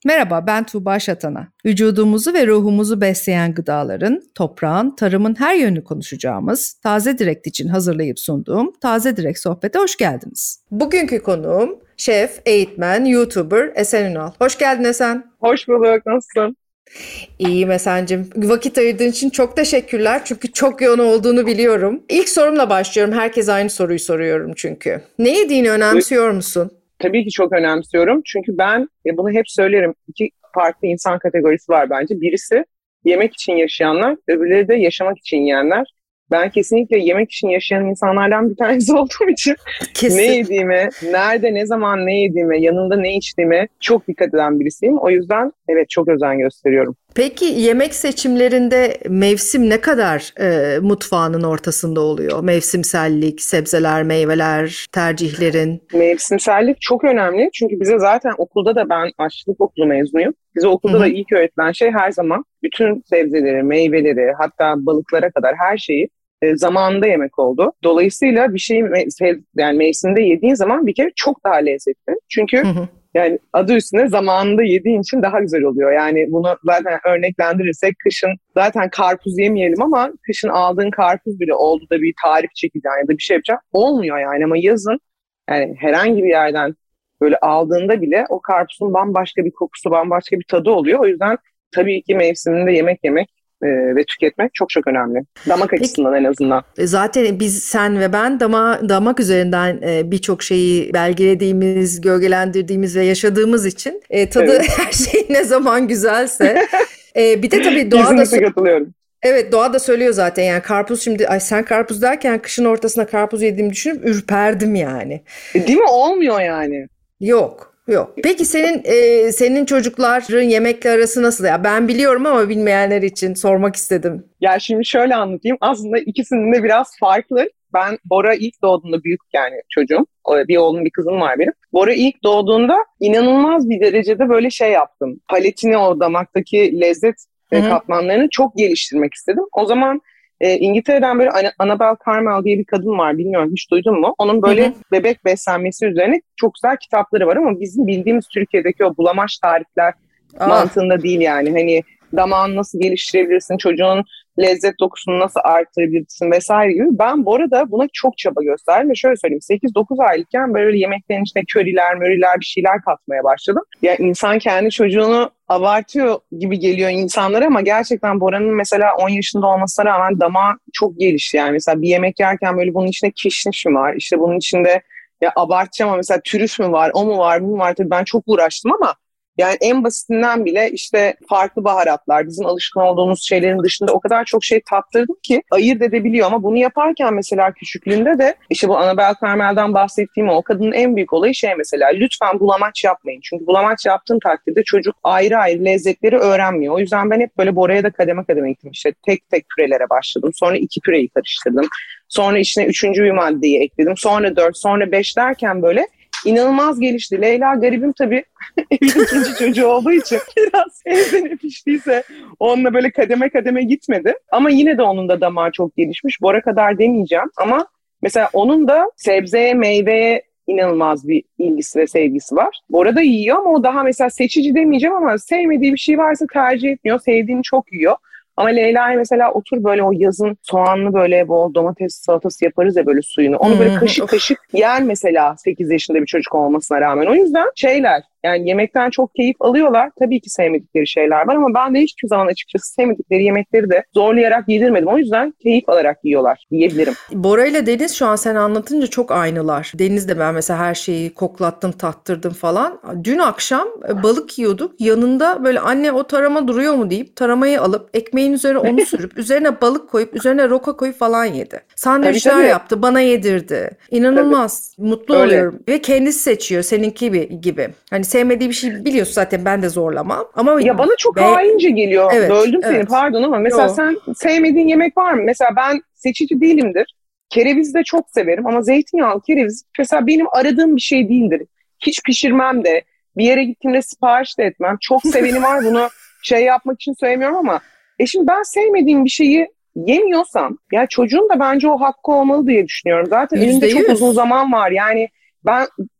Merhaba, ben Tuğba Şatana. Vücudumuzu ve ruhumuzu besleyen gıdaların, toprağın, tarımın her yönünü konuşacağımız Taze Direkt için hazırlayıp sunduğum Taze Direkt Sohbet'e hoş geldiniz. Bugünkü konuğum şef, eğitmen, YouTuber Esen Ünal. Hoş geldin Esen. Hoş bulduk, nasılsın? İyiyim Esen'cim. Vakit ayırdığın için çok teşekkürler. Çünkü çok yoğun olduğunu biliyorum. İlk sorumla başlıyorum. Herkese aynı soruyu soruyorum çünkü. Ne yediğini önemsiyor musun? Tabii ki çok önemsiyorum. Çünkü ben bunu hep söylerim. İki farklı insan kategorisi var bence. Birisi yemek için yaşayanlar, öbürleri de yaşamak için yiyenler. Ben kesinlikle yemek için yaşayan insanlardan bir tanesi olduğum için Kesin. ne yediğime, nerede, ne zaman ne yediğime, yanında ne içtiğime çok dikkat eden birisiyim. O yüzden evet çok özen gösteriyorum. Peki yemek seçimlerinde mevsim ne kadar mutfağının ortasında oluyor? Mevsimsellik, sebzeler, meyveler, tercihlerin. Mevsimsellik çok önemli. Çünkü bize zaten okulda da ben aşçılık okulu mezunuyum. Bize okulda da ilk öğretilen şey her zaman bütün sebzeleri, meyveleri, hatta balıklara kadar her şeyi zamanında yemek oldu. Dolayısıyla bir şeyi yani mevsimde yediğin zaman bir kere çok daha lezzetli. Çünkü yani adı üstünde zamanında yediğin için daha güzel oluyor. Yani bunu zaten örneklendirirsek kışın zaten karpuz yemeyelim ama kışın aldığın karpuz bile oldu da bir tarif çekeceğin ya da bir şey yapacağım olmuyor yani. Ama yazın yani herhangi bir yerden böyle aldığında bile o karpuzun bambaşka bir kokusu, bambaşka bir tadı oluyor. O yüzden tabii ki mevsiminde yemek yemek ve tüketmek çok çok önemli. Damak açısından en azından. Zaten biz, sen ve ben damak üzerinden birçok şeyi belgelediğimiz, gölgelendirdiğimiz ve yaşadığımız için tadı Evet. her şey ne zaman güzelse. Bir de tabii doğada... Kesinlikle katılıyorum. Evet, doğa da söylüyor zaten yani karpuz şimdi sen karpuz derken kışın ortasına karpuz yediğimi düşünüp ürperdim yani. Değil mi? Olmuyor yani. Yok. Peki senin çocukların yemekle arası nasıl? Ya ben biliyorum ama bilmeyenler için sormak istedim. Ya şimdi şöyle anlatayım. Aslında ikisinin de biraz farklı. Ben Bora ilk doğduğunda büyük yani çocuğum. Bir oğlum bir kızım var benim. Bora ilk doğduğunda inanılmaz bir derecede böyle şey yaptım. Paletini o damaktaki lezzet katmanlarını çok geliştirmek istedim. O zaman İngiltere'den böyle Annabel Carmel diye bir kadın var. Bilmiyorum hiç duydun mu? Onun böyle bebek beslenmesi üzerine çok güzel kitapları var ama bizim bildiğimiz Türkiye'deki o bulamaç tarifler mantığında değil yani. Hani damağını nasıl geliştirebilirsin, çocuğun lezzet dokusunu nasıl artırabilirsin vesaire gibi. Ben bu arada buna çok çaba gösterdim ve şöyle söyleyeyim 8-9 aylıkken böyle yemeklerin içine köriler, möriler bir şeyler katmaya başladım. Yani insan kendi çocuğunu abartıyor gibi geliyor insanlara ama gerçekten Bora'nın mesela 10 yaşında olmasına rağmen damağı çok gelişti. Yani mesela bir yemek yerken böyle bunun içinde kişniş mi var? İşte bunun içinde ya abartacağım ama mesela trüf mü var? O mu var? Bu mu var? Tabii ben çok uğraştım ama yani en basitinden bile işte farklı baharatlar, bizim alışkın olduğumuz şeylerin dışında o kadar çok şey tattırdım ki ayırt edebiliyor. Ama bunu yaparken mesela küçüklüğünde de işte bu Annabel Carmel'den bahsettiğim o kadının en büyük olayı şey mesela lütfen bulamaç yapmayın. Çünkü bulamaç yaptığın takdirde çocuk ayrı ayrı lezzetleri öğrenmiyor. O yüzden ben hep böyle Bora'ya da kademe kademe gittim. İşte tek tek pürelere başladım. Sonra 2 püreyi karıştırdım. Sonra içine 3. bir maddeyi ekledim. Sonra 4, sonra 5 derken böyle İnanılmaz gelişti. Leyla garibim tabii evin ikinci çocuğu olduğu için biraz evden piştiyse onunla böyle kademe kademe gitmedi. Ama yine de onun da damağı çok gelişmiş. Bora kadar demeyeceğim ama mesela onun da sebzeye, meyveye inanılmaz bir ilgisi ve sevgisi var. Bora da yiyor ama o daha mesela seçici demeyeceğim ama sevmediği bir şey varsa tercih etmiyor. Sevdiğini çok yiyor. Ama Leyla'ya mesela otur böyle o yazın soğanlı böyle bol domates salatası yaparız ya böyle suyunu. Onu böyle kaşık kaşık yer mesela 8 yaşında bir çocuk olmasına rağmen. O yüzden şeyler yani yemekten çok keyif alıyorlar. Tabii ki sevmedikleri şeyler var ama ben de hiçbir zaman açıkçası sevmedikleri yemekleri de zorlayarak yedirmedim. O yüzden keyif alarak yiyorlar diyebilirim. Bora ile Deniz şu an sen anlatınca çok aynılar. Deniz de ben mesela her şeyi koklattım, tattırdım falan. Dün akşam balık yiyorduk. Yanında böyle anne o tarama duruyor mu deyip taramayı alıp ekmeğin üzerine onu sürüp üzerine balık koyup üzerine roka koyup falan yedi. Sandviçler yaptı, bana yedirdi. İnanılmaz mutlu oluyorum. Ve kendisi seçiyor seninki gibi. Hani sevmediği bir şey biliyorsun zaten ben de zorlamam. Ama ya bana çok haince geliyor. Evet, böldüm seni pardon ama mesela sen sevmediğin yemek var mı? Mesela ben seçici değilimdir. Kereviz de çok severim ama zeytinyağlı kereviz mesela benim aradığım bir şey değildir. Hiç pişirmem de bir yere gittiğimde sipariş de etmem. Çok seveni var bunu şey yapmak için söylemiyorum ama şimdi ben sevmediğim bir şeyi yemiyorsam ya çocuğun da bence o hakkı olmalı diye düşünüyorum. Zaten önünde çok uzun zaman var yani ben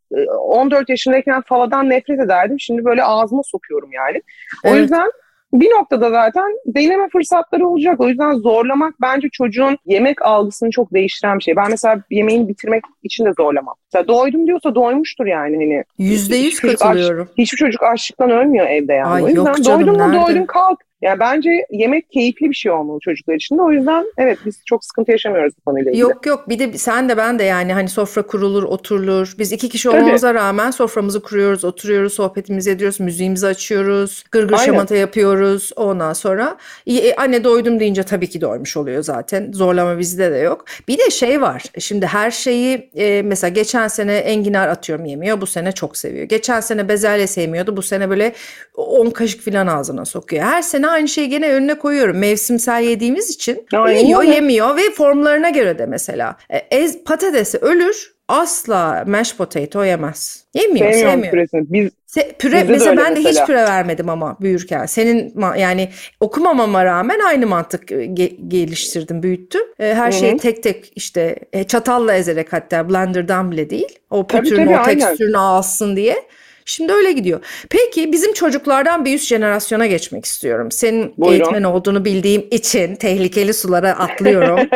14 yaşındayken faladan nefret ederdim. Şimdi böyle ağzıma sokuyorum yani. O Evet. yüzden bir noktada zaten deneme fırsatları olacak. O yüzden zorlamak bence çocuğun yemek algısını çok değiştiren bir şey. Ben mesela yemeğini bitirmek için de zorlamam. Mesela doydum diyorsa doymuştur yani. Hani %100 katılıyorum. hiçbir çocuk açlıktan ölmüyor evde yani. Ay O yüzden yok canım, doydun mu nerede? doydun kalk. Yani bence yemek keyifli bir şey olmalı çocuklar için de. O yüzden evet biz çok sıkıntı yaşamıyoruz bu konuyla ilgili. Yok bir de sen de ben de yani hani sofra kurulur oturulur. Biz 2 kişi Tabii. olmamıza rağmen soframızı kuruyoruz, oturuyoruz, sohbetimizi ediyoruz, müziğimizi açıyoruz, gırgır Aynen. şamata yapıyoruz ondan sonra. Anne doydum deyince tabii ki doymuş oluyor zaten. Zorlama bizde de yok. Bir de şey var. Şimdi her şeyi mesela geçen sene enginar atıyorum yemiyor. Bu sene çok seviyor. Geçen sene bezelye sevmiyordu. Bu sene böyle 10 kaşık falan ağzına sokuyor. Her sene aynı şeyi gene önüne koyuyorum. Mevsimsel yediğimiz için Aynen yiyor, öyle. yemiyor ve formlarına göre de mesela. Patatesi ölür, asla mashed potato yemez. Yemiyor, Sevmiyorum sevmiyor. püresini. Püre, Bizde de mesela öyle ben de hiç mesela. püre vermedim ama büyürken. Senin yani okumamama rağmen aynı mantık geliştirdim, büyüttüm. Her Hı şeyi hı. tek tek işte çatalla ezerek, hatta blenderdan bile değil. O Tabii pütürün, tabii o aynen. tekstürünü alsın diye. Şimdi öyle gidiyor. Peki bizim çocuklardan bir üst jenerasyona geçmek istiyorum. Senin Buyurun. eğitmen olduğunu bildiğim için tehlikeli sulara atlıyorum.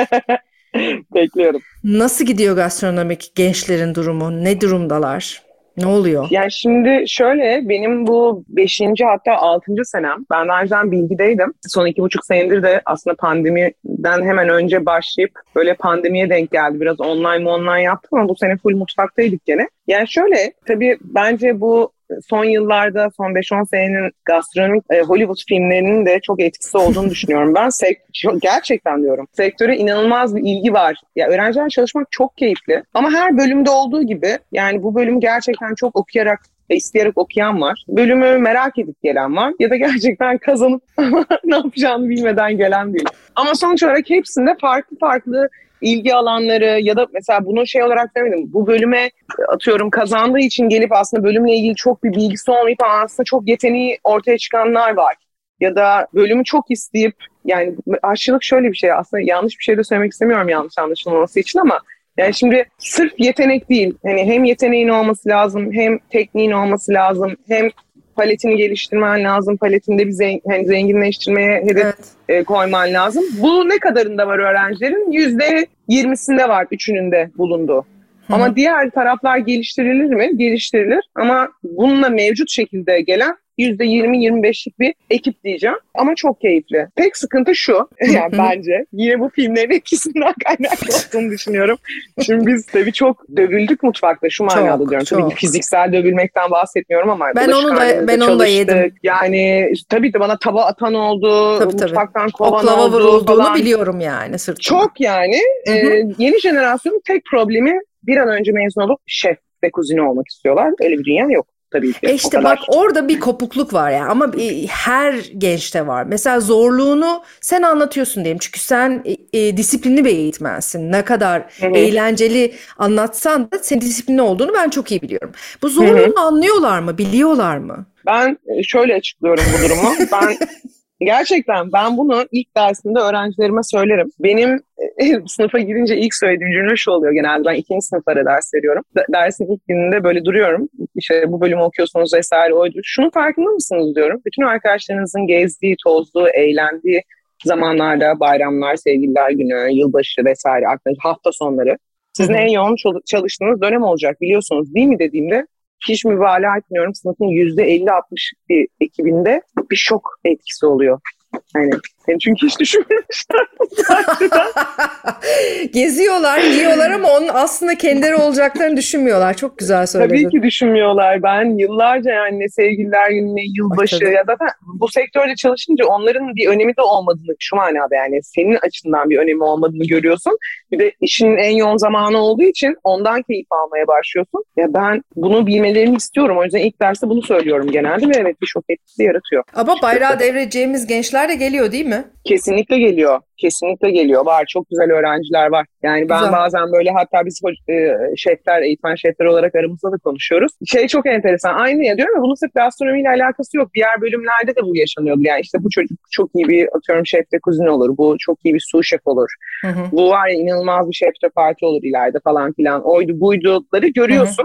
Bekliyorum. Nasıl gidiyor gastronomik gençlerin durumu? Ne durumdalar? Ne oluyor? Yani şimdi şöyle benim bu beşinci hatta 6. senem. Ben daha önceden bilgideydim. Son 2,5 senedir de aslında pandemiden hemen önce başlayıp böyle pandemiye denk geldi. Biraz online yaptım ama bu sene full mutfaktaydık gene. Yani şöyle tabii bence bu son yıllarda son 5-10 senenin gastronomik Hollywood filmlerinin de çok etkisi olduğunu düşünüyorum. Ben gerçekten diyorum. Sektöre inanılmaz bir ilgi var. Ya öğrencilerle çalışmak çok keyifli. Ama her bölümde olduğu gibi yani bu bölümü gerçekten çok okuyarak ve isteyerek okuyan var. Bölümü merak edip gelen var. Ya da gerçekten kazanıp ne yapacağını bilmeden gelen biri. Ama sonuç olarak hepsinde farklı farklı ilgi alanları ya da mesela bunu şey olarak demedim. Bu bölüme atıyorum kazandığı için gelip aslında bölümle ilgili çok bir bilgisi olmayıp aslında çok yeteneği ortaya çıkanlar var. Ya da bölümü çok isteyip yani aşçılık şöyle bir şey aslında yanlış bir şey de söylemek istemiyorum yanlış anlaşılmaması için ama yani şimdi sırf yetenek değil. Hani hem yeteneğin olması lazım hem tekniğin olması lazım hem paletini geliştirmen lazım. Paletinde bir hani zenginleştirmeye hedef Evet. koyman lazım. Bu ne kadarında var öğrencilerin? %20'sinde var üçünün de bulunduğu. Hı hı. Ama diğer taraflar geliştirilir mi? Geliştirilir. Ama bununla mevcut şekilde gelen %20-25'lik bir ekip diyeceğim. Ama çok keyifli. Tek sıkıntı şu. Yani bence yine bu filmlerin etkisinden kaynaklı olduğunu düşünüyorum. Şimdi biz tabii çok dövüldük mutfakta şu manada diyorum. Tabii ki Çok. fiziksel dövülmekten bahsetmiyorum ama Ben onu da bulaşıkhanemizde onu da yedim. çalıştık. Yani tabii de bana tava atan oldu, Tabii. mutfaktan kovan Oklava oldu vurulduğunu falan. biliyorum yani sırtıma. Çok yani. Hı hı. Yeni jenerasyonun tek problemi bir an önce mezun olup şef ve kuzine olmak istiyorlar. Öyle bir dünya yok tabii ki. O İşte bak kadar. orada bir kopukluk var ya ama her gençte var. Mesela zorluğunu sen anlatıyorsun diyelim. Çünkü sen disiplinli bir eğitmensin. Ne kadar Hı hı. eğlenceli anlatsan da senin disiplinli olduğunu ben çok iyi biliyorum. Bu Hı hı. zorluğunu anlıyorlar mı? Biliyorlar mı? Ben şöyle açıklıyorum bu durumu. Gerçekten ben bunu ilk dersimde öğrencilerime söylerim. Benim sınıfa girince ilk söylediğim cümle şu oluyor genelde. Ben 2. sınıflara ders veriyorum. Dersin ilk gününde böyle duruyorum. İşte bu bölümü okuyorsunuz vesaire oydu. Şunun farkında mısınız diyorum. Bütün arkadaşlarınızın gezdiği, tozduğu, eğlendiği zamanlarda bayramlar, sevgililer günü, yılbaşı vesaire hafta sonları. Sizin en yoğun çalıştığınız dönem olacak biliyorsunuz değil mi dediğimde hiç mübalağa etmiyorum. Sınıfın %50-60 bir ekibinde bir şok etkisi oluyor. Yani çünkü hiç düşünmemişler. Geziyorlar, yiyorlar ama onun aslında kendileri olacaklarını düşünmüyorlar. Çok güzel söyledin. Tabii ki düşünmüyorlar. Ben yıllarca yani sevgililer gününe, yılbaşı ya zaten bu sektörde çalışınca onların bir önemi de olmadığını şu manada yani senin açından bir önemi olmadığını görüyorsun. Bir de işin en yoğun zamanı olduğu için ondan keyif almaya başlıyorsun. Ya ben bunu bilmelerini istiyorum. O yüzden ilk derste bunu söylüyorum genelde ve evet bir şok etkisi yaratıyor. Ama bayrağı devreceğimiz gençler de geliyor değil mi? Kesinlikle geliyor. Kesinlikle geliyor. Var. Çok güzel öğrenciler var. Yani ben Güzel. bazen böyle hatta biz şefler, eğitmen şefler olarak aramızda da konuşuyoruz. Çok enteresan. Aynı ya diyorum ya bunun sırf gastronomiyle alakası yok. Diğer bölümlerde de bu yaşanıyordu. Yani işte bu çocuk çok iyi bir atıyorum şef de kuzin olur. Bu çok iyi bir sous şef olur. Hı hı. Bu var ya inanılmaz bir şef de parti olur ileride falan filan. Oydu buyduları görüyorsun. Hı hı.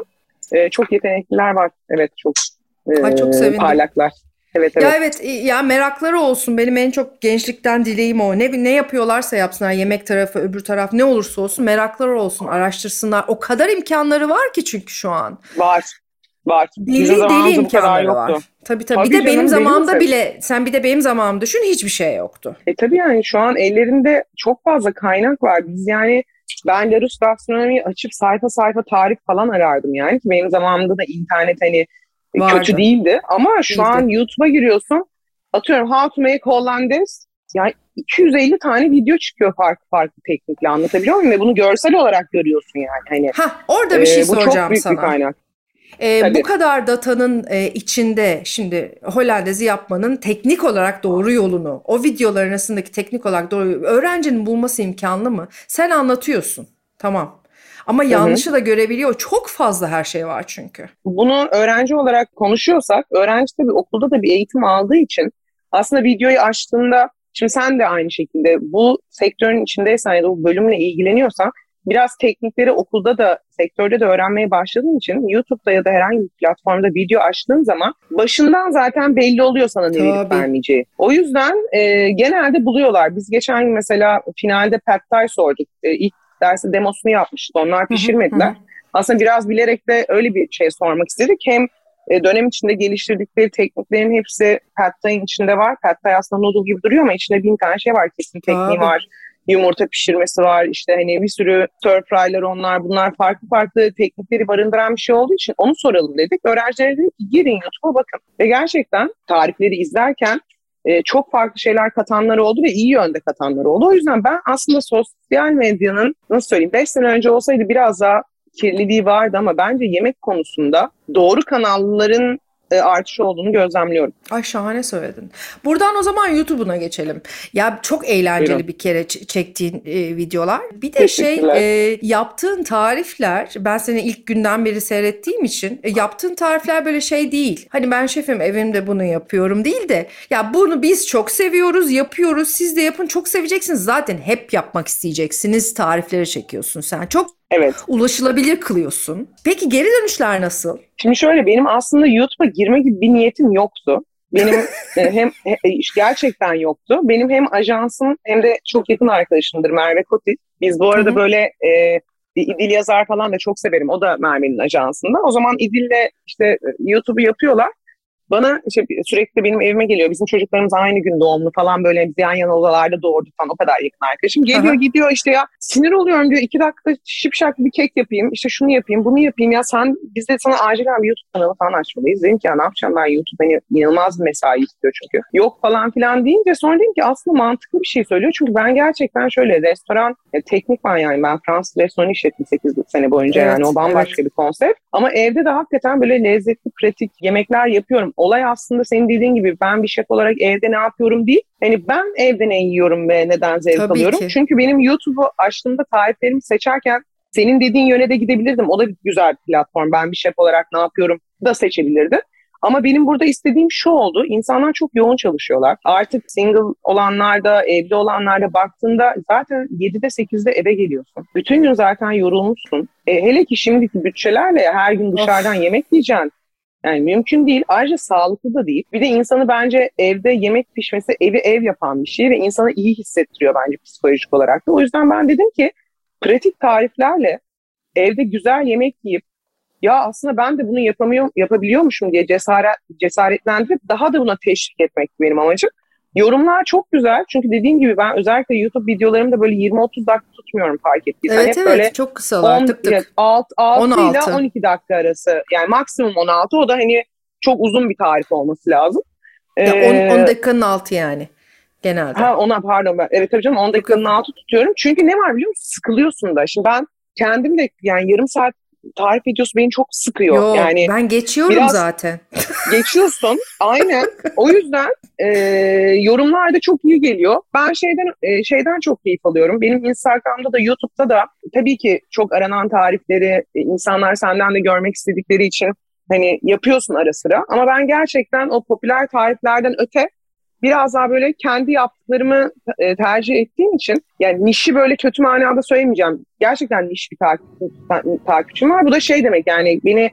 Çok yetenekliler var. Evet, çok Ay çok sevindim. parlaklar. Evet, Ya evet. evet ya merakları olsun. Benim en çok gençlikten dileğim o. Ne yapıyorlarsa yapsınlar. Yemek tarafı, öbür taraf ne olursa olsun merakları olsun. Araştırsınlar. O kadar imkanları var ki çünkü şu an. Var. Var. Bizim Deli deli zamanımızda bu kadar imkanları yoktu. var. Tabii tabii. Bir Tabii de benim canım, deli zamanımda misin? bile sen bir de benim zamanımı düşün hiçbir şey yoktu. Tabii yani şu an ellerinde çok fazla kaynak var. Biz yani ben Larus Gastronomi'yi açıp sayfa sayfa tarif falan arardım yani. Benim zamanımda da internet hani kötü Vardı. değildi. Ama şu Değildi. an YouTube'a giriyorsun. Atıyorum How to make Hollandaise. Yani 250 tane video çıkıyor farklı farklı teknikle, anlatabiliyor muyum? Ve bunu görsel olarak görüyorsun yani. Hani Orada bir şey bu çok soracağım büyük bir sana. kaynak. Bu Tabii. kadar datanın içinde şimdi Hollandezi yapmanın teknik olarak doğru yolunu, o videolar arasındaki teknik olarak doğru öğrencinin bulması imkanlı mı? Sen anlatıyorsun. Tamam. Ama Hı hı. yanlışı da görebiliyor. Çok fazla her şey var çünkü. Bunu öğrenci olarak konuşuyorsak, öğrenci tabii okulda da bir eğitim aldığı için aslında videoyu açtığında, şimdi sen de aynı şekilde bu sektörün içindeysen ya da bu bölümle ilgileniyorsan biraz teknikleri okulda da sektörde de öğrenmeye başladığın için YouTube'da ya da herhangi bir platformda video açtığın zaman başından zaten belli oluyor sana ne verip Tabii. vermeyeceği. O yüzden genelde buluyorlar. Biz geçen gün mesela finalde Pad Thai sorduk. İlk dersi demosunu yapmıştık. Onlar Hı hı, hı pişirmediler. hı. Aslında biraz bilerek de öyle bir şey sormak istedik. Hem dönem içinde geliştirdikleri tekniklerin hepsi Pad Thai'nin içinde var. Pad Thai aslında noodle gibi duruyor ama içinde 1000 tane şey var. Kesim tekniği Tabii. var. Yumurta pişirmesi var. İşte hani bir sürü stir fry'lar, onlar bunlar farklı farklı teknikleri barındıran bir şey olduğu için onu soralım dedik. Öğrencilere dedik ki girin YouTube'a bakın. Ve gerçekten tarifleri izlerken çok farklı şeyler katanları oldu ve iyi yönde katanları oldu. O yüzden ben aslında sosyal medyanın, nasıl söyleyeyim, 5 sene önce olsaydı biraz daha kirliliği vardı ama bence yemek konusunda doğru kanalların artış olduğunu gözlemliyorum. Ay şahane söyledin. Buradan o zaman YouTube'una geçelim. Ya çok Buyurun. eğlenceli bir kere çektiğin videolar. Bir de Teşekkürler. yaptığın tarifler ben seni ilk günden beri seyrettiğim için yaptığın tarifler böyle şey değil. Hani ben şefim evimde bunu yapıyorum değil de ya bunu biz çok seviyoruz yapıyoruz siz de yapın çok seveceksiniz. Zaten hep yapmak isteyeceksiniz tarifleri çekiyorsun sen. Çok Evet. ulaşılabilir kılıyorsun. Peki geri dönüşler nasıl? Şimdi şöyle, benim aslında YouTube'a girme gibi bir niyetim yoktu. Benim gerçekten yoktu. Benim hem ajansım hem de çok yakın arkadaşımdır Merve Kotik. Biz bu Hı arada hı. böyle İdil Yazar falan da çok severim. O da Merve'nin ajansında. O zaman İdil'le işte YouTube'u yapıyorlar. Bana işte sürekli benim evime geliyor. Bizim çocuklarımız aynı gün doğumlu falan, böyle biz yan yana odalarda doğurduk falan, o kadar yakın arkadaşım. Hı Geliyor hı. gidiyor işte, ya sinir oluyorum diyor. 2 dakika şipşak bir kek yapayım. İşte şunu yapayım, bunu yapayım. Ya sen, biz de sana acilen bir YouTube kanalı falan açmalıyız. Dedim ki ya ne yapacağım ben, YouTube hani inanılmaz bir mesai istiyor çünkü. Yok falan filan deyince sonra dedim ki aslında mantıklı bir şey söylüyor. Çünkü ben gerçekten şöyle restoran, teknik var yani, ben Fransız restoranı işlettim 8 sene boyunca, yani o Evet, evet. bambaşka bir konsept. Ama evde de hakikaten böyle lezzetli, pratik yemekler yapıyorum. Olay aslında senin dediğin gibi ben bir şef olarak evde ne yapıyorum değil. Hani ben evde ne yiyorum ve neden zevk Tabii alıyorum. ki. Çünkü benim YouTube'u açtığımda tariflerimi seçerken senin dediğin yöne de gidebilirdim. O da bir güzel bir platform. Ben bir şef olarak ne yapıyorum da seçebilirdim. Ama benim burada istediğim şu oldu. İnsanlar çok yoğun çalışıyorlar. Artık single olanlar da, evli olanlar da baktığında zaten 7'de 8'de eve geliyorsun. Bütün gün zaten yorulmuşsun. Hele ki şimdiki bütçelerle her gün dışarıdan Of. yemek yiyeceksin. Yani mümkün değil. Ayrıca sağlıklı da değil. Bir de insanı bence evde yemek pişmesi evi ev yapan bir şey ve insanı iyi hissettiriyor bence psikolojik olarak da. O yüzden ben dedim ki pratik tariflerle evde güzel yemek yiyip ya aslında ben de bunu yapabiliyormuşum diye cesaretlendirip daha da buna teşvik etmek benim amacım. Yorumlar çok güzel. Çünkü dediğim gibi ben özellikle YouTube videolarımda böyle 20-30 dakika tutmuyorum, fark ettiysen. Evet Hep böyle evet çok kısalar 10, tık tık. 6 ile 16. 12 dakika arası. Yani maksimum 16. O da hani çok uzun bir tarif olması lazım. Ya 10 Ee, dakikanın altı yani genelde. ona pardon, evet tabii canım, 10 Yok dakikanın yok. altı tutuyorum. Çünkü ne var biliyor musun? Sıkılıyorsun da. Şimdi ben kendim de yani yarım saat tarif videosu beni çok sıkıyor. Yo Yani ben geçiyorum biraz zaten. geçiyorsun. Aynen. O yüzden yorumlar da çok iyi geliyor. Ben şeyden çok keyif alıyorum. Benim Instagram'da da YouTube'da da tabii ki çok aranan tarifleri insanlar senden de görmek istedikleri için hani yapıyorsun ara sıra. Ama ben gerçekten o popüler tariflerden öte biraz daha böyle kendi yaptıklarımı tercih ettiğim için, yani nişi böyle kötü manada söylemeyeceğim. Gerçekten niş bir takipçim var. Bu da şey demek, yani beni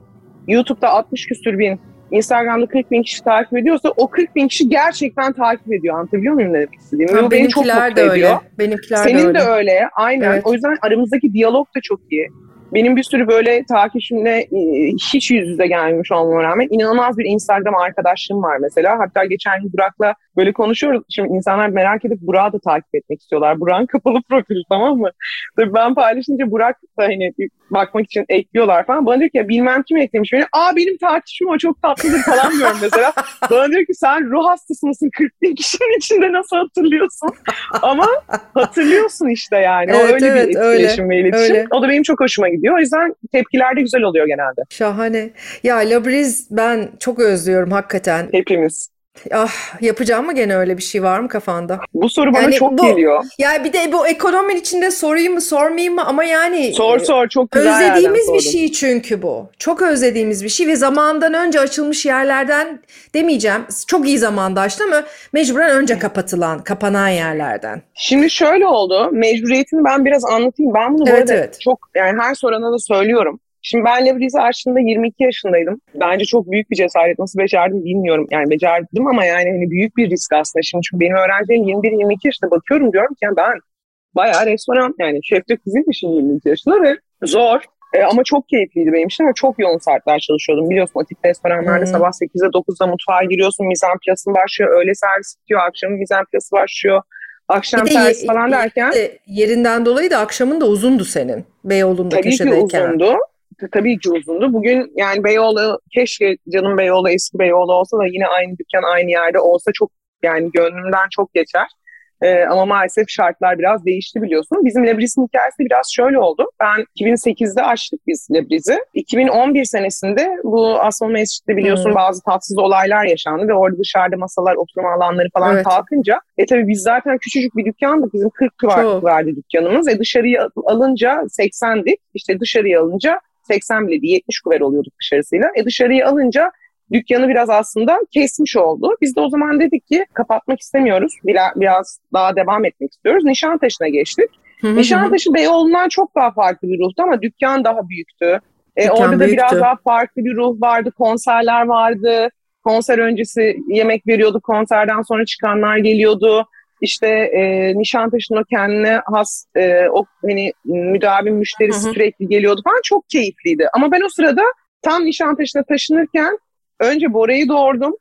YouTube'da 60 küsür bin, Instagram'da 40 bin kişi takip ediyorsa o 40 bin kişi gerçekten takip ediyor. Anlatabiliyor muyum ne demek istediğimi? Ve bu beni çok Benimkiler de mutlu ediyor. öyle. Benimkiler de Senin de öyle. öyle. Aynen. Evet. O yüzden aramızdaki diyalog da çok iyi. Benim bir sürü böyle takipçimle hiç yüz yüze gelmemiş olmama rağmen inanılmaz bir Instagram arkadaşlığım var mesela. Hatta geçen gün Burak'la böyle konuşuyoruz. Şimdi insanlar merak edip Burak'ı da takip etmek istiyorlar. Burak'ın kapalı profili, tamam mı? Tabii ben paylaşınca Burak da hani bakmak için ekliyorlar falan. Bana diyor ki ya bilmem kim eklemiş beni. Benim takipçim o çok tatlıdır falan diyorum mesela. Bana diyor ki sen ruh hastası mısın? 40 bin kişinin içinde nasıl hatırlıyorsun? Ama hatırlıyorsun işte yani. Evet, o öyle evet, bir etkileşim ve iletişim. öyle. O da benim çok hoşuma gidiyor. O yüzden tepkiler de güzel oluyor genelde. Şahane. Ya Labriz ben çok özlüyorum hakikaten. Hepimiz. Yapacağım mı gene öyle bir şey var mı kafanda? Bu soru bana Yani çok bu geliyor. ya bir de bu ekonominin içinde sorayım mı sormayayım mı ama yani Sor çok güzel yerden özlediğimiz bir sordun. şey çünkü bu. Çok özlediğimiz bir şey ve zamandan önce açılmış yerlerden demeyeceğim. Çok iyi zamanda açtı ama mecburen önce kapanan yerlerden. Şimdi şöyle oldu. Mecburiyetini ben biraz anlatayım. Ben bunu bu Evet, arada evet. çok yani her sorana da söylüyorum. Şimdi ben Lebriz'i açtığımda 22 yaşındaydım. Bence çok büyük bir cesaret. Nasıl becerdim bilmiyorum. Yani becerdim ama yani hani büyük bir risk aslında. Şimdi çünkü benim öğrencilerim 21-22 yaşında, bakıyorum diyorum ki yani ben bayağı restoran yani şefte kızıymışım 22 yaşında ve zor. Ama çok keyifliydi benim için ve çok yoğun saatler çalışıyordum. Biliyorsun o tip restoranlarda sabah 8'de 9'da mutfağa giriyorsun. Mizanplasın başlıyor. Öğle servis bitiyor. Akşamın mizanplası başlıyor. Akşam Bir de servis falan derken. yerinden dolayı da akşamın da uzundu senin. Beyoğlu'nda Tabii ki köşedeyken. uzundu. Tabii ki uzundu. Bugün yani Beyoğlu, keşke canım Beyoğlu eski Beyoğlu olsa da yine aynı dükkan aynı yerde olsa çok yani gönlümden çok geçer. Ama maalesef şartlar biraz değişti biliyorsun. Bizim Lebriz'in hikayesi biraz şöyle oldu. Ben 2008'de açtık biz Lebriz'i. 2011 senesinde bu Asmalı Mescid'de biliyorsun bazı tatsız olaylar yaşandı ve orada dışarıda masalar, oturma alanları falan kalkınca tabii biz zaten küçücük bir dükkandık. Bizim 40 vardı dükkanımız. Dışarıya alınca 80'dik. İşte dışarıya alınca 80 bile değil 70 kuver oluyorduk dışarısıyla. Dışarıya alınca dükkanı biraz aslında kesmiş oldu. Biz de o zaman dedik ki kapatmak istemiyoruz. Biraz daha devam etmek istiyoruz. Nişantaşı'na geçtik. Nişantaşı Beyoğlu'ndan çok daha farklı bir ruhtu ama dükkan daha büyüktü. Orada da biraz daha farklı bir ruh vardı. Konserler vardı. Konser öncesi yemek veriyorduk. Konserden sonra çıkanlar geliyordu. İşte Nişantaşı'nın o kendine has o hani müdavim müşterisi sürekli geliyordu falan. Çok keyifliydi. Ama ben o sırada tam Nişantaşı'na taşınırken önce Bora'yı doğurdum.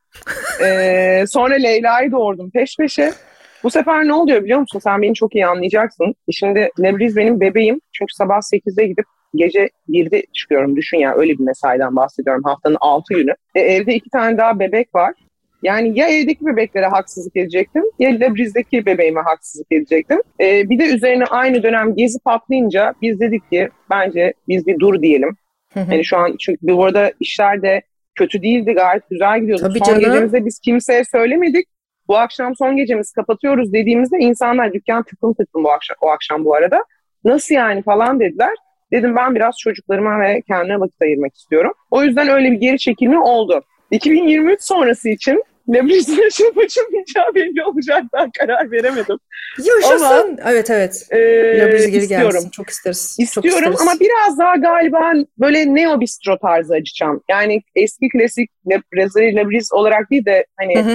Sonra Leyla'yı doğurdum peş peşe. Bu sefer ne oluyor biliyor musun? Sen beni çok iyi anlayacaksın. Şimdi Lebriz benim bebeğim. Çünkü sabah 8'de gidip gece 1'de çıkıyorum. Düşün ya, öyle bir mesaiden bahsediyorum. Haftanın 6 günü. Evde 2 tane daha bebek var. Yani ya evdeki bebeklere haksızlık edecektim ya Lebriz'deki bebeğime haksızlık edecektim. Bir de üzerine aynı dönem gezi patlayınca biz dedik ki bence biz bir dur diyelim. Yani şu an çünkü bu arada işler de kötü değildi, gayet güzel gidiyordu. Tabii son canım. gecemizde biz kimseye söylemedik. Bu akşam son gecemiz, kapatıyoruz dediğimizde insanlar dükkan tıklım o akşam bu arada. Nasıl yani falan dediler. Dedim ben biraz çocuklarıma ve kendime vakit ayırmak istiyorum. O yüzden öyle bir geri çekilme oldu. 2023 sonrası için Lebriz'in açılıp açılmayacağı belli olacak, ben karar veremedim. Yaşasın. Ama, evet. Lebriz geri istiyorum. gelsin. Çok isteriz. İstiyorum çok isteriz. Ama biraz daha galiba böyle neo bistro tarzı açacağım. Yani eski klasik Lebriz olarak değil de hani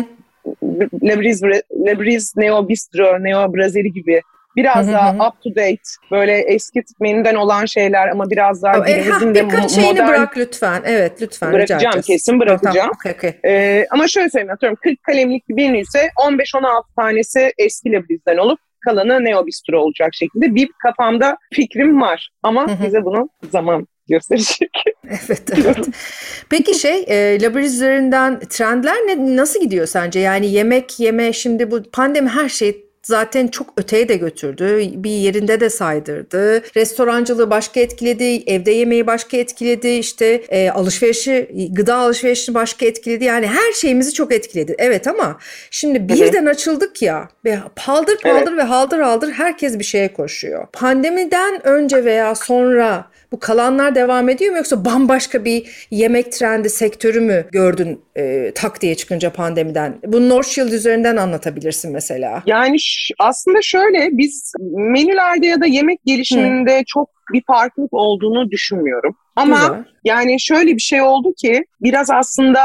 Lebriz neo bistro, neo Brazili gibi biraz daha up to date, böyle eski menüden olan şeyler ama biraz daha günümüzün de birkaç şeyini modern. bırak lütfen. Evet, lütfen. Bırakacağım, kesin bırakacağım. Tamam, okay. Ama şöyle söyleyeyim, atıyorum 40 kalemlik bir menü ise 15-16 tanesi eski Lebriz'den olup kalanı neo bistro olacak şekilde bir kafamda fikrim var. Ama bize bunu zaman gösterecek. Evet. Peki Lebriz üzerinden trendler nasıl gidiyor sence? Yani yemek yeme, şimdi bu pandemi her şeyi zaten çok öteye de götürdü. Bir yerinde de saydırdı. Restorancılığı başka etkiledi. Evde yemeği başka etkiledi. İşte gıda alışverişini başka etkiledi. Yani her şeyimizi çok etkiledi. Evet ama şimdi birden açıldık ya. Ve paldır ve haldır herkes bir şeye koşuyor. Pandemiden önce veya sonra bu kalanlar devam ediyor mu, yoksa bambaşka bir yemek trendi sektörü mü gördün tak diye çıkınca pandemiden? Bunu North Shield üzerinden anlatabilirsin mesela. Yani aslında şöyle, biz menülerde ya da yemek gelişiminde çok bir farklılık olduğunu düşünmüyorum. Ama Güzel. yani şöyle bir şey oldu ki biraz aslında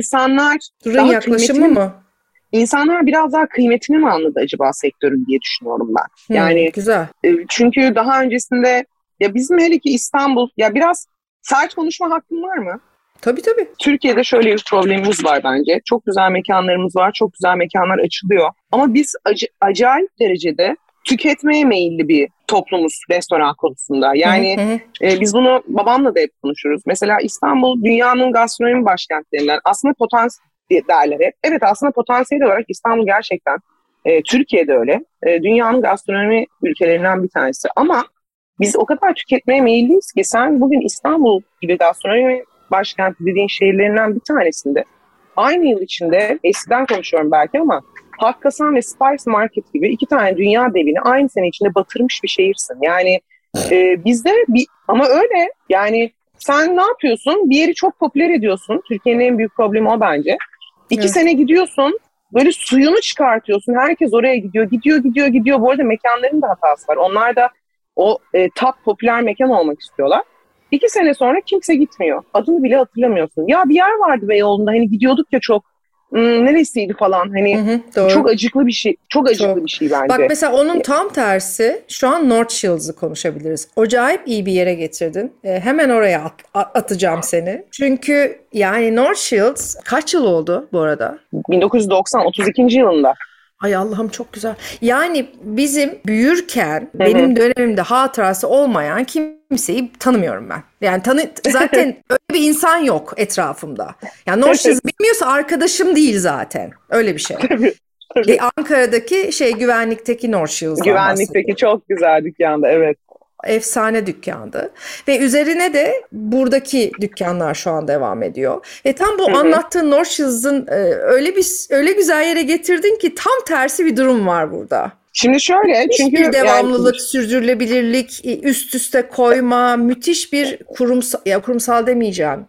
Durun daha yaklaşımı mı? insanlar biraz daha kıymetini mi anladı acaba sektörün diye düşünüyorum ben. Yani Güzel. çünkü daha öncesinde ya bizim hele ki İstanbul, ya biraz sert konuşma hakkım var mı? Tabii tabii. Türkiye'de şöyle bir problemimiz var bence. Çok güzel mekanlarımız var, çok güzel mekanlar açılıyor. Ama biz acayip derecede tüketmeye meyilli bir toplumuz restoran konusunda. Hı hı Yani hı. biz bunu babamla da hep konuşuruz. Mesela İstanbul dünyanın gastronomi başkentlerinden. Aslında potansiyel derler hep. Evet, aslında potansiyel olarak İstanbul gerçekten Türkiye'de öyle. Dünyanın gastronomi ülkelerinden bir tanesi. Ama biz o kadar tüketmeye meyilliyiz ki sen bugün İstanbul gibi gastronomi başkenti dediğin şehirlerinden bir tanesinde aynı yıl içinde, eskiden konuşuyorum belki ama Hakkasan ve Spice Market gibi iki tane dünya devini aynı sene içinde batırmış bir şehirsin. Yani bizde ama öyle yani sen ne yapıyorsun? Bir yeri çok popüler ediyorsun. Türkiye'nin en büyük problemi o bence. İki Evet. sene gidiyorsun, böyle suyunu çıkartıyorsun. Herkes oraya gidiyor, gidiyor. Bu arada mekanların da hatası var. Onlar da o top popüler mekan olmak istiyorlar. 2 sene sonra kimse gitmiyor. Adını bile hatırlamıyorsun. Ya bir yer vardı Beyoğlu'nda, hani gidiyorduk ya çok. Neresiydi falan, Hı hani hı, doğru. çok acıklı bir şey. Çok acıklı Çok. bir şey Bak bence. mesela onun tam tersi şu an North Shields'ı konuşabiliriz. Acayip iyi bir yere getirdin. Hemen oraya atacağım seni. Çünkü yani North Shields kaç yıl oldu bu arada? 1990, 32. yılında. Ay Allah'ım çok güzel. Yani bizim büyürken Hı hı. benim dönemimde hatırası olmayan kimseyi tanımıyorum ben. Yani zaten öyle bir insan yok etrafımda. Yani North Shields'ı bilmiyorsa arkadaşım değil zaten. Öyle bir şey. Tabii, tabii. Ankara'daki güvenlikteki North Shields'dan Güvenlikteki bahsediyorum. çok güzel dükkanda, evet. Efsane dükkandı. Ve üzerine de buradaki dükkanlar şu an devam ediyor. Ve tam Hı bu hı. anlattığın North Shields'ın öyle güzel yere getirdin ki tam tersi bir durum var burada. Şimdi şöyle, Müthiş bir çünkü yani devamlılık, sürdürülebilirlik, üst üste koyma, müthiş bir kurumsal demeyeceğim,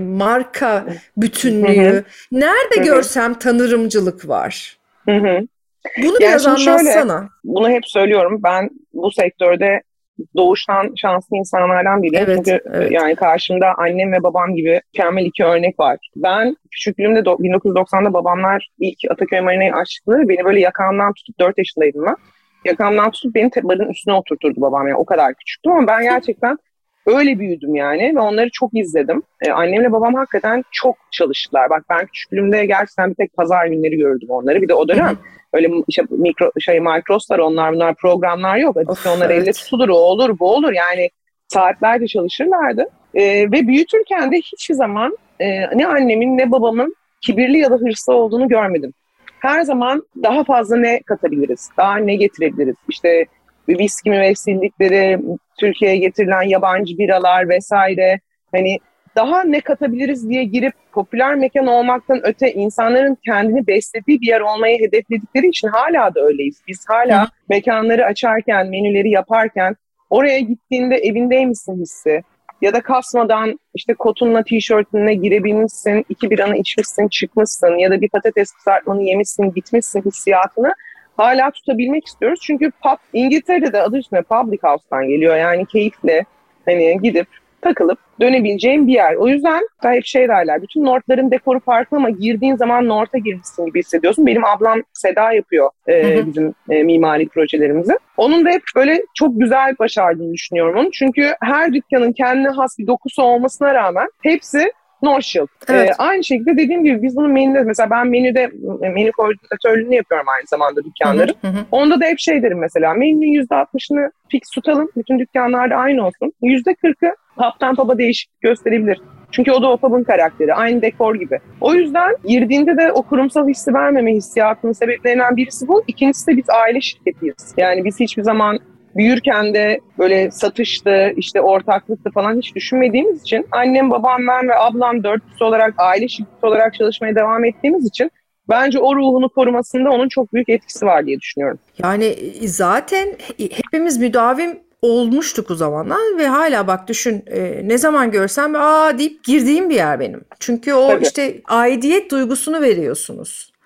marka hı hı, bütünlüğü. Nerede hı hı, görsem tanırımcılık var. hı hı. Bunu Yani biraz şimdi şöyle, anlatsana. bunu hep söylüyorum. Ben bu sektörde doğuştan şanslı insanlardan biriyim. Evet, Çünkü evet. yani karşımda annem ve babam gibi mükemmel iki örnek var. Ben küçüklüğümde 1990'da babamlar ilk Ataköy Marina'yı açtıkları, beni böyle yakamdan tutup, 4 yaşındaydım ben. Yakamdan tutup beni barın üstüne oturturdu babam. Yani o kadar küçüktüm ama ben gerçekten öyle büyüdüm yani ve onları çok izledim. Annemle babam hakikaten çok çalıştılar. Bak ben küçüklüğümde gerçekten bir tek pazar günleri gördüm onları. Bir de o dönem öyle işte Micros'lar, onlar bunlar, programlar yok. Of, Adisyonlar elle evet. tutulur, o olur bu olur. Yani saatlerce çalışırlardı. Ve büyütürken de hiçbir zaman ne annemin ne babamın kibirli ya da hırslı olduğunu görmedim. Her zaman daha fazla ne katabiliriz, daha ne getirebiliriz. İşte viski müvekkillikleri, Türkiye'ye getirilen yabancı biralar vesaire. Hani daha ne katabiliriz diye girip popüler mekan olmaktan öte insanların kendini beslediği bir yer olmayı hedefledikleri için hala da öyleyiz. Biz Hı hı. hala mekanları açarken, menüleri yaparken oraya gittiğinde evindeymişsin hissi ya da kasmadan işte kotunla tişörtünle girebilmişsin, 2 biranı içmişsin, çıkmışsın ya da bir patates kızartmanı yemişsin, gitmişsin hissiyatını hala tutabilmek istiyoruz. Çünkü pub, İngiltere'de de adı üstünde public house'tan geliyor. Yani keyifle hani gidip takılıp dönebileceğin bir yer. O yüzden hep şey derler, bütün North'ların dekoru farklı ama girdiğin zaman North'a girmişsin gibi hissediyorsun. Benim ablam Seda yapıyor Hı hı. bizim mimari projelerimizi. Onun da hep böyle çok güzel başardığını düşünüyorum onu. Çünkü her dükkanın kendine has bir dokusu olmasına rağmen hepsi North Shield. Evet. Aynı şekilde dediğim gibi biz bunun menüde, mesela ben menü koordinatörlüğünü yapıyorum aynı zamanda Hı hı, dükkanların. hı hı. Onda da hep şey derim, mesela menünün %60'ını fix tutalım. Bütün dükkanlarda aynı olsun. %40'ı pub'dan pub'a değişiklik gösterebilir. Çünkü o da o pub'ın karakteri. Aynı dekor gibi. O yüzden girdiğinde de o kurumsal hissi vermeme hissiyatının sebeplerinden birisi bu. İkincisi de biz aile şirketiyiz. Yani biz hiçbir zaman büyürken de böyle satıştı, işte ortaklıktı falan hiç düşünmediğimiz için, annem, babam, ben ve ablam 4 kişi olarak aile şirketi olarak çalışmaya devam ettiğimiz için bence o ruhunu korumasında onun çok büyük etkisi var diye düşünüyorum. Yani zaten hepimiz müdavim olmuştuk o zamanlar ve hala bak düşün, ne zaman görsem deyip girdiğim bir yer benim. Çünkü o Tabii. işte aidiyet duygusunu veriyorsunuz.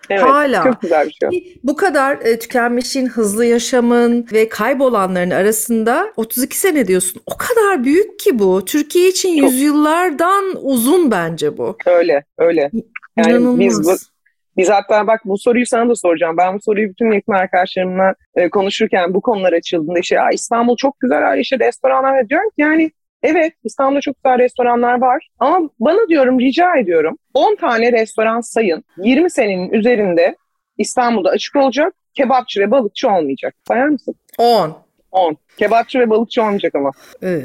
Evet, Hala. çok güzel bir şey. Bu kadar tükenmişin, hızlı yaşamın ve kaybolanların arasında 32 sene diyorsun. O kadar büyük ki bu. Türkiye için Çok yüzyıllardan uzun bence bu. öyle, öyle. Yani İnanılmaz. biz hatta bak bu soruyu sana da soracağım. Ben bu soruyu bütün yakın arkadaşlarımla konuşurken bu konular açıldığında işte ya İstanbul çok güzel, işte restoranlar diyorum ki yani evet İstanbul'da çok güzel restoranlar var ama bana diyorum rica ediyorum 10 tane restoran sayın 20 senenin üzerinde İstanbul'da açık olacak kebapçı ve balıkçı olmayacak. Sayar mısın? 10. 10. Kebapçı ve balıkçı olmayacak ama.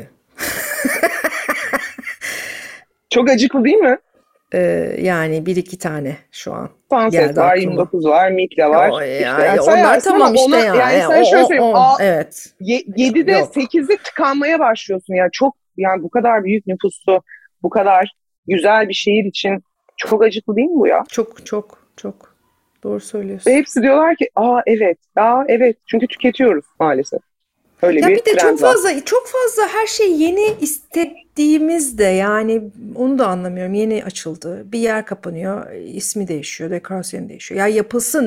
Çok acıklı değil mi? Yani bir iki tane şu an Sunset geldi var, aklıma. 29 var, Mikla var. İşte yani Onlar sayarsın tamam ama işte ona, yani sana şöyle söyleyeyim. Evet. 7'de Yok. 8'de tıkanmaya başlıyorsun. Yani çok yani bu kadar büyük nüfuslu, bu kadar güzel bir şehir için çok acıklı değil mi bu ya? Çok çok çok doğru Ve söylüyorsun. hepsi diyorlar ki evet. Çünkü tüketiyoruz maalesef. Öyle Ya bir bir de trend var. çok fazla her şey yeni istediğimizde yani onu da anlamıyorum. Yeni açıldı. Bir yer kapanıyor, ismi değişiyor, dekorasyonu değişiyor. Ya yapılsın.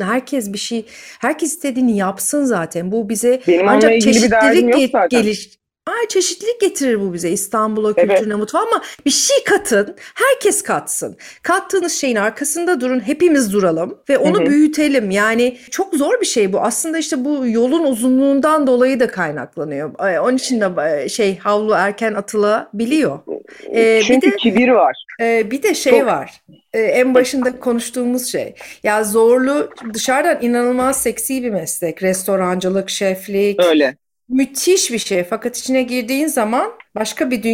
Herkes istediğini yapsın zaten. Bu bize Benim onunla ancak ilgili bir derdim yok zaten. çeşitlilik getirir bu bize İstanbul'a, Evet. kültürüne, mutfağa ama bir şey katın, herkes katsın. Kattığınız şeyin arkasında durun, hepimiz duralım ve Hı onu hı. büyütelim. Yani çok zor bir şey bu. Aslında işte bu yolun uzunluğundan dolayı da kaynaklanıyor. Onun için de havlu erken atılabiliyor. Bir Çünkü de kibir var. şey Çok. var. En başında konuştuğumuz şey. Ya zorlu, dışarıdan inanılmaz seksi bir meslek. Restorancılık, şeflik. Öyle. Müthiş bir şey. Fakat içine girdiğin zaman başka bir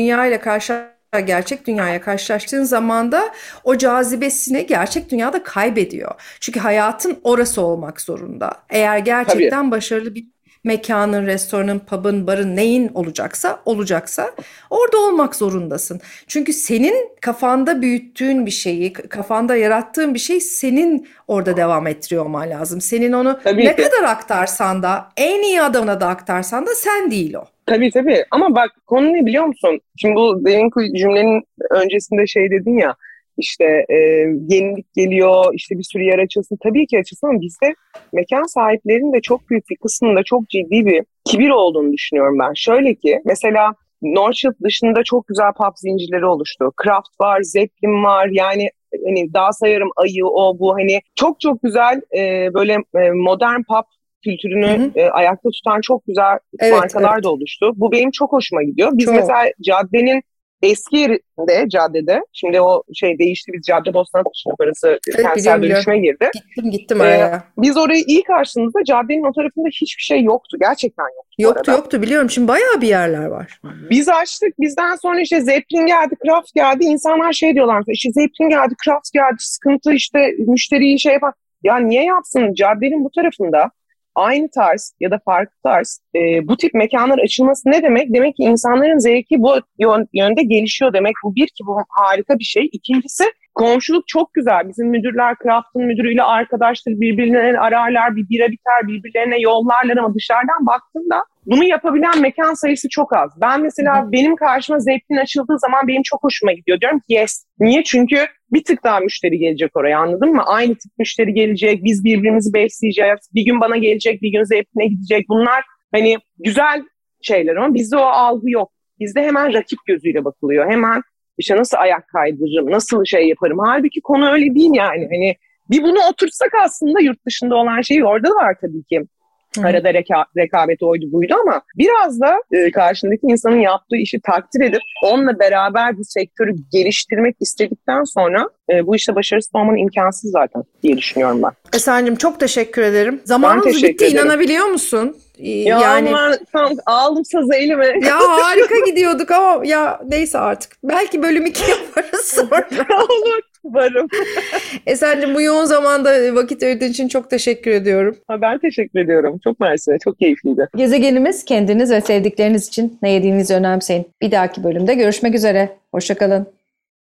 gerçek dünyaya karşılaştığın zaman da o cazibesini gerçek dünyada kaybediyor. Çünkü hayatın orası olmak zorunda. Eğer Tabii. gerçekten başarılı bir mekanın, restoranın, pub'ın, barın neyin olacaksa orada olmak zorundasın. Çünkü senin kafanda büyüttüğün bir şeyi, kafanda yarattığın bir şey senin orada devam ettiriyor olman lazım. Senin onu Tabii ne ki. kadar aktarsan da en iyi adamına da aktarsan da sen değil o. Tabii. Ama bak konu ne biliyor musun? Şimdi bu demin cümlenin öncesinde şey dedin ya işte yenilik geliyor işte bir sürü yer açılsın. Tabii ki açılsın ama bizde mekan sahiplerinin de çok büyük bir kısmında çok ciddi bir kibir olduğunu düşünüyorum ben. Şöyle ki mesela Northfield dışında çok güzel pub zincirleri oluştu. Kraft var, Zeppelin var yani hani daha sayarım Ayı o bu hani çok güzel böyle modern pub Hı kültürünü hı. ayakta tutan çok güzel Evet, markalar da evet. oluştu. Bu benim çok hoşuma gidiyor. Biz Çok. mesela caddenin eski yerinde, caddede, şimdi o şey değişti, biz Caddebostan taşındık, orası Evet, kentsel biliyorum. dönüşüme girdi. Gittim Ee, araya. Biz orayı ilk açtığımızda caddenin o tarafında hiçbir şey yoktu. Gerçekten yoktu bu Yoktu arada. yoktu biliyorum. Şimdi bayağı bir yerler var. Biz açtık, bizden sonra işte Zeppelin geldi, Kraft geldi. İnsanlar şey diyorlar, işte Zeppelin geldi, Kraft geldi, sıkıntı işte müşteriyi şey yapar. Ya niye yapsın? Caddenin bu tarafında aynı tarz ya da farklı tarz bu tip mekanlar açılması ne demek? Demek ki insanların zevki bu yönde gelişiyor demek. Bu bir ki bu harika bir şey. İkincisi komşuluk çok güzel. Bizim müdürler Kraft'ın müdürüyle arkadaştır, birbirlerini ararlar, bir bira biter, birbirlerine yollarlar ama dışarıdan baktığında bunu yapabilen mekan sayısı çok az. Ben Hı hı. mesela benim karşıma Zeppelin açıldığı zaman benim çok hoşuma gidiyor. Diyorum ki yes. Niye? Çünkü bir tık daha müşteri gelecek oraya, anladın mı? Aynı tip müşteri gelecek, biz birbirimizi besleyeceğiz. Bir gün bana gelecek, bir gün Zeppelin'e gidecek. Bunlar hani güzel şeyler ama bizde o algı yok. Bizde hemen rakip gözüyle bakılıyor. Hemen işte nasıl ayak kaydırırım, nasıl şey yaparım. Halbuki konu öyle değil yani. Hani bir bunu oturtsak aslında yurt dışında olan şey orada da var tabii ki. Hı hı. Arada rekabet oydu buydu ama biraz da karşındaki insanın yaptığı işi takdir edip onunla beraber bir sektörü geliştirmek istedikten sonra bu işte başarısız olmanın imkansız zaten diye düşünüyorum ben. Esen'cim çok teşekkür ederim. Ben Zamanımız teşekkür bitti, ederim. inanabiliyor musun? Ya Yani ben tam aldım sazı elime. ya harika gidiyorduk ama ya neyse artık. Belki bölüm 2 yaparız sonra. Olur. Varım. Esen'cim bu yoğun zamanda vakit ayırdığın için çok teşekkür ediyorum. Ben teşekkür ediyorum. Çok mersi. Çok keyifliydi. Gezegenimiz kendiniz ve sevdikleriniz için ne yediğinizi önemseyin. Bir dahaki bölümde görüşmek üzere. Hoşça kalın.